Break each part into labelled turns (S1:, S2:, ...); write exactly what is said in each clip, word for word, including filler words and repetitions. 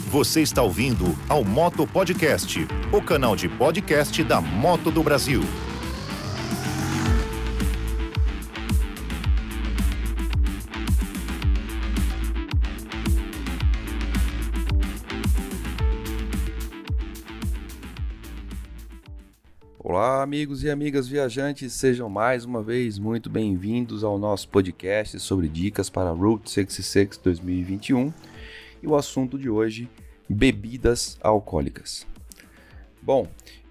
S1: Você está ouvindo ao Moto Podcast, o canal de podcast da Moto do Brasil.
S2: Olá, amigos e amigas viajantes, sejam mais uma vez muito bem-vindos ao nosso podcast sobre dicas para Route sessenta e seis dois mil e vinte e um. E o assunto de hoje, bebidas alcoólicas. Bom,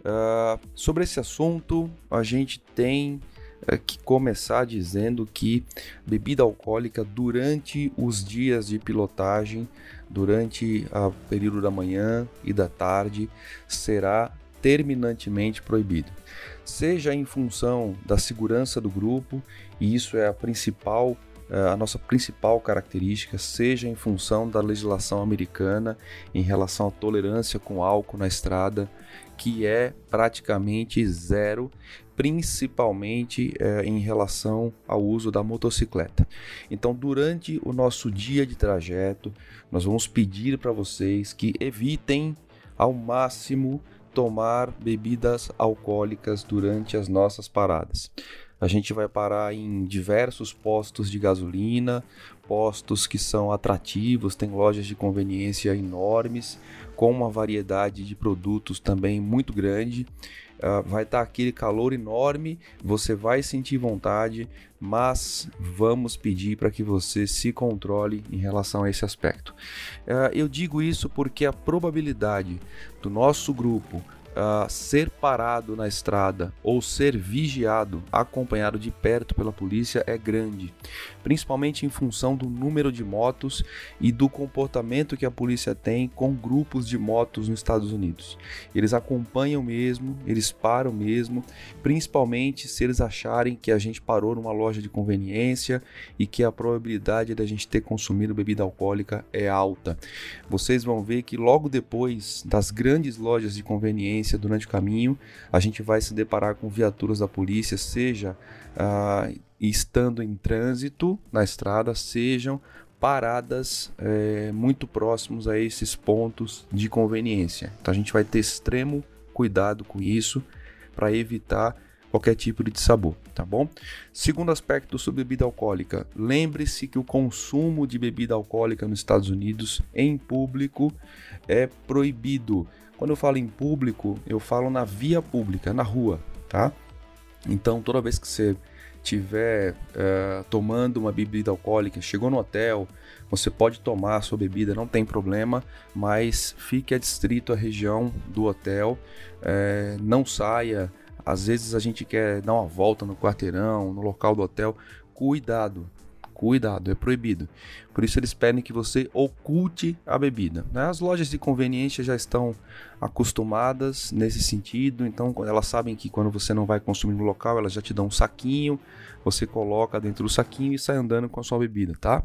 S2: uh, sobre esse assunto, a gente tem uh, que começar dizendo que bebida alcoólica durante os dias de pilotagem, durante o período da manhã e da tarde, será terminantemente proibido. Seja em função da segurança do grupo, e isso é a principal a nossa principal característica, seja em função da legislação americana em relação à tolerância com álcool na estrada, que é praticamente zero, principalmente é, em relação ao uso da motocicleta. Então, durante o nosso dia de trajeto, nós vamos pedir para vocês que evitem ao máximo tomar bebidas alcoólicas durante as nossas paradas. A gente vai parar em diversos postos de gasolina, postos que são atrativos, tem lojas de conveniência enormes, com uma variedade de produtos também muito grande. Uh, vai estar aquele calor enorme, você vai sentir vontade, mas vamos pedir para que você se controle em relação a esse aspecto. Uh, eu digo isso porque a probabilidade do nosso grupo Uh, ser parado na estrada ou ser vigiado, acompanhado de perto pela polícia é grande, principalmente em função do número de motos e do comportamento que a polícia tem com grupos de motos nos Estados Unidos. Eles acompanham mesmo, eles param mesmo, principalmente se eles acharem que a gente parou numa loja de conveniência e que a probabilidade da gente ter consumido bebida alcoólica é alta. Vocês vão ver que logo depois das grandes lojas de conveniência, durante o caminho, a gente vai se deparar com viaturas da polícia, seja uh, estando em trânsito na estrada, sejam paradas é, muito próximos a esses pontos de conveniência. Então a gente vai ter extremo cuidado com isso para evitar qualquer tipo de dissabor, tá bom? Segundo aspecto sobre bebida alcoólica, lembre-se que o consumo de bebida alcoólica nos Estados Unidos em público é proibido. Quando eu falo em público, eu falo na via pública, na rua, tá? Então, toda vez que você estiver uh, tomando uma bebida alcoólica, chegou no hotel, você pode tomar a sua bebida, não tem problema, mas fique adstrito à região do hotel, uh, não saia. Às vezes a gente quer dar uma volta no quarteirão, no local do hotel, cuidado. Cuidado, é proibido. Por isso eles pedem que você oculte a bebida. As lojas de conveniência já estão acostumadas nesse sentido, então elas sabem que quando você não vai consumir no local, elas já te dão um saquinho, você coloca dentro do saquinho e sai andando com a sua bebida, tá?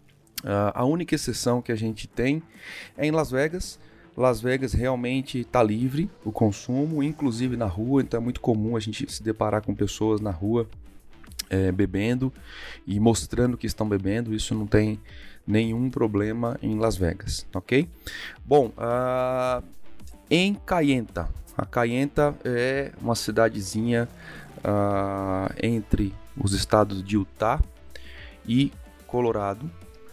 S2: Uh, a única exceção que a gente tem é em Las Vegas. Las Vegas realmente está livre o consumo, inclusive na rua, então é muito comum a gente se deparar com pessoas na rua É, bebendo e mostrando que estão bebendo. Isso não tem nenhum problema em Las Vegas, ok? Bom, uh, em Kayenta, a Kayenta é uma cidadezinha uh, entre os estados de Utah e Colorado,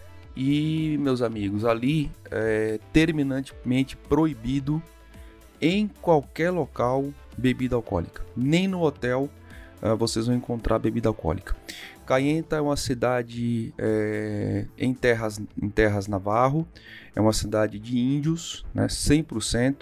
S2: e meus amigos, ali é terminantemente proibido em qualquer local bebida alcoólica, nem no hotel Uh, vocês vão encontrar bebida alcoólica. Kayenta é uma cidade é, em, terras, em terras Navarro, é uma cidade de índios, né, cem por cento,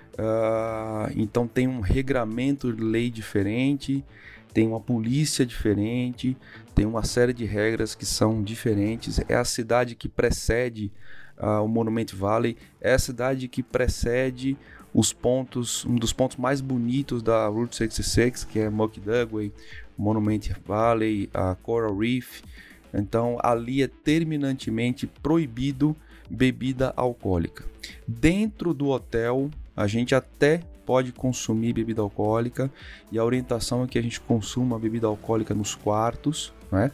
S2: uh, então tem um regramento de lei diferente, tem uma polícia diferente, tem uma série de regras que são diferentes. É a cidade que precede uh, o Monument Valley, é a cidade que precede os pontos, um dos pontos mais bonitos da Route sessenta e seis, que é Muck Dugway, Monument Valley, a Coral Reef. Então ali é terminantemente proibido bebida alcoólica. Dentro do hotel a gente até pode consumir bebida alcoólica, e a orientação é que a gente consuma bebida alcoólica nos quartos, né?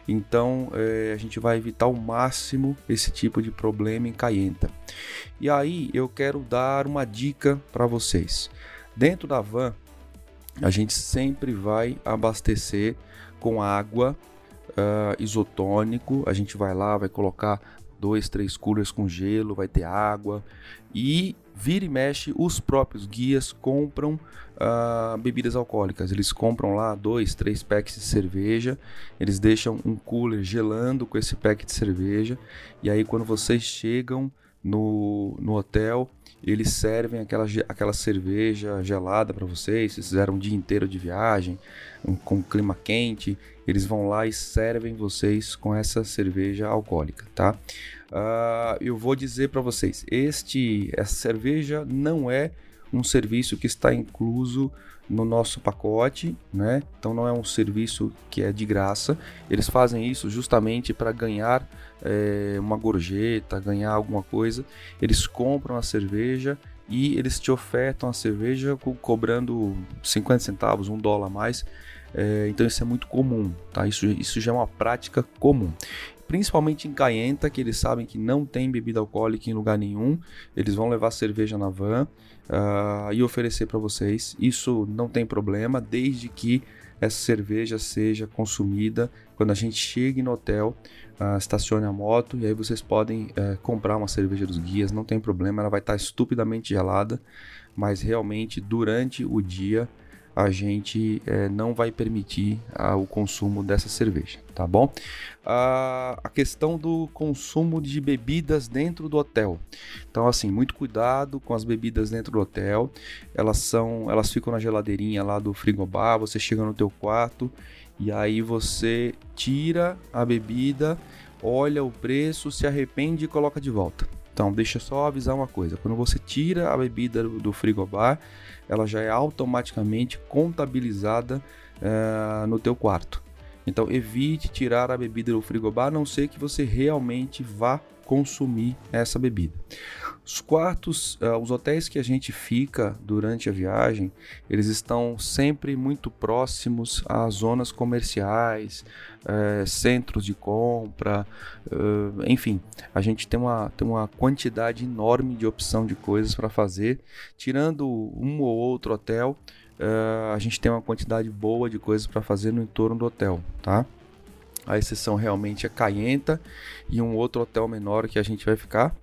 S2: Então é, a gente vai evitar ao máximo esse tipo de problema em Caienta. E aí eu quero dar uma dica para vocês. Dentro da van a gente sempre vai abastecer com água, uh, isotônico. A gente vai lá, vai colocar dois, três coolers com gelo, vai ter água, e vira e mexe os próprios guias compram uh, bebidas alcoólicas. Eles compram lá dois, três packs de cerveja, eles deixam um cooler gelando com esse pack de cerveja, e aí quando vocês chegam no, no hotel, eles servem aquela, aquela cerveja gelada para vocês. Vocês fizeram um dia inteiro de viagem, um, com clima quente, eles vão lá e servem vocês com essa cerveja alcoólica, tá? Uh, eu vou dizer para vocês, este, essa cerveja não é um serviço que está incluso no nosso pacote, né? Então não é um serviço que é de graça. Eles fazem isso justamente para ganhar é, uma gorjeta, ganhar alguma coisa. Eles compram a cerveja e eles te ofertam a cerveja co- cobrando cinquenta centavos, um dólar a mais. É, então isso é muito comum, tá? Isso, isso já é uma prática comum. Principalmente em Caienta, que eles sabem que não tem bebida alcoólica em lugar nenhum, eles vão levar cerveja na van uh, e oferecer para vocês. Isso não tem problema, desde que essa cerveja seja consumida quando a gente chegue no hotel, uh, estacione a moto, e aí vocês podem uh, comprar uma cerveja dos guias, não tem problema, ela vai estar estupidamente gelada, mas realmente durante o dia a gente é, não vai permitir ah, o consumo dessa cerveja, tá bom? Ah, a questão do consumo de bebidas dentro do hotel. Então, assim, muito cuidado com as bebidas dentro do hotel. Elas são, elas ficam na geladeirinha lá do frigobar. Você chega no teu quarto e aí você tira a bebida, olha o preço, se arrepende e coloca de volta. Então, deixa eu só avisar uma coisa. Quando você tira a bebida do, do frigobar, ela já é automaticamente contabilizada uh, no teu quarto. Então, evite tirar a bebida do frigobar, a não ser que você realmente vá consumir essa bebida. Os quartos, uh, os hotéis que a gente fica durante a viagem, eles estão sempre muito próximos às zonas comerciais, uh, centros de compra, uh, enfim, a gente tem uma, tem uma quantidade enorme de opção de coisas para fazer. Tirando um ou outro hotel, uh, a gente tem uma quantidade boa de coisas para fazer no entorno do hotel, tá? A exceção realmente é Caienta e um outro hotel menor que a gente vai ficar,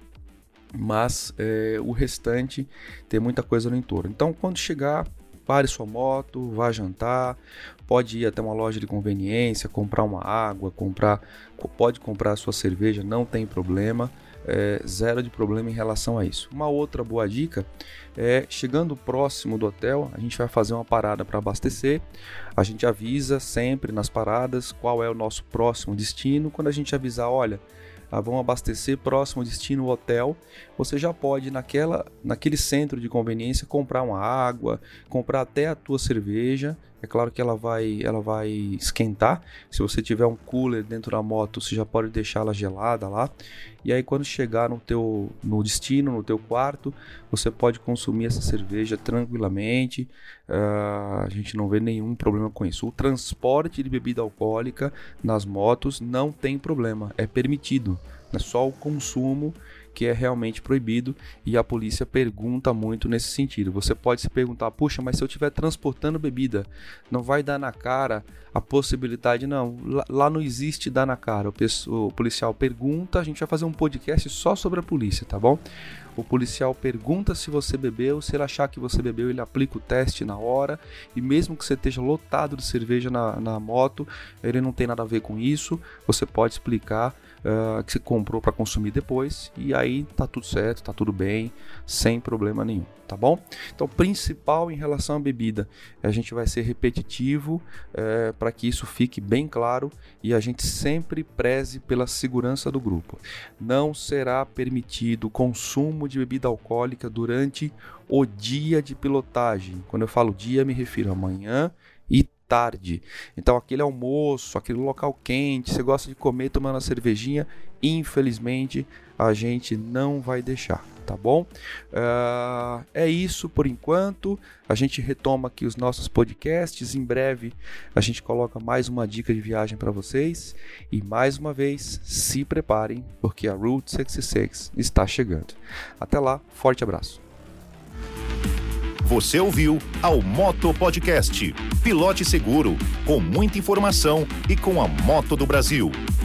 S2: mas é, o restante tem muita coisa no entorno. Então, quando chegar, pare sua moto, vá jantar, pode ir até uma loja de conveniência, comprar uma água, comprar, pode comprar a sua cerveja, não tem problema, é, zero de problema em relação a isso. Uma outra boa dica é, chegando próximo do hotel, a gente vai fazer uma parada para abastecer. A gente avisa sempre nas paradas qual é o nosso próximo destino. Quando a gente avisar, olha, ah, vão abastecer próximo destino o hotel, você já pode naquela, naquele centro de conveniência comprar uma água, comprar até a tua cerveja. É claro que ela vai, ela vai esquentar. Se você tiver um cooler dentro da moto, você já pode deixá-la gelada lá. E aí quando chegar no teu no destino, no teu quarto, você pode consumir essa cerveja tranquilamente. Uh, a gente não vê nenhum problema com isso. O transporte de bebida alcoólica nas motos não tem problema, é permitido. É só o consumo que é realmente proibido, e a polícia pergunta muito nesse sentido. Você pode se perguntar, puxa, mas se eu estiver transportando bebida, não vai dar na cara a possibilidade? Não, lá, lá não existe dar na cara. O, pessoal, o policial pergunta, a gente vai fazer um podcast só sobre a polícia, tá bom? O policial pergunta se você bebeu, se ele achar que você bebeu, ele aplica o teste na hora, e mesmo que você esteja lotado de cerveja na, na moto, ele não tem nada a ver com isso. Você pode explicar uh, que você comprou para consumir depois, e aí tá tudo certo, tá tudo bem, sem problema nenhum, tá bom? Então, o principal em relação à bebida, a gente vai ser repetitivo uh, para que isso fique bem claro, e a gente sempre preze pela segurança do grupo. Não será permitido o consumo de bebida alcoólica durante o dia de pilotagem. Quando eu falo dia, me refiro a manhã e tarde. Então, aquele almoço, aquele local quente, você gosta de comer tomando uma cervejinha, infelizmente a gente não vai deixar, tá bom? Uh, é isso por enquanto. A gente retoma aqui os nossos podcasts. Em breve a gente coloca mais uma dica de viagem para vocês. E mais uma vez, se preparem, porque a Route sessenta e seis está chegando. Até lá, forte abraço.
S1: Você ouviu ao Moto Podcast. Pilote seguro, com muita informação e com a Moto do Brasil.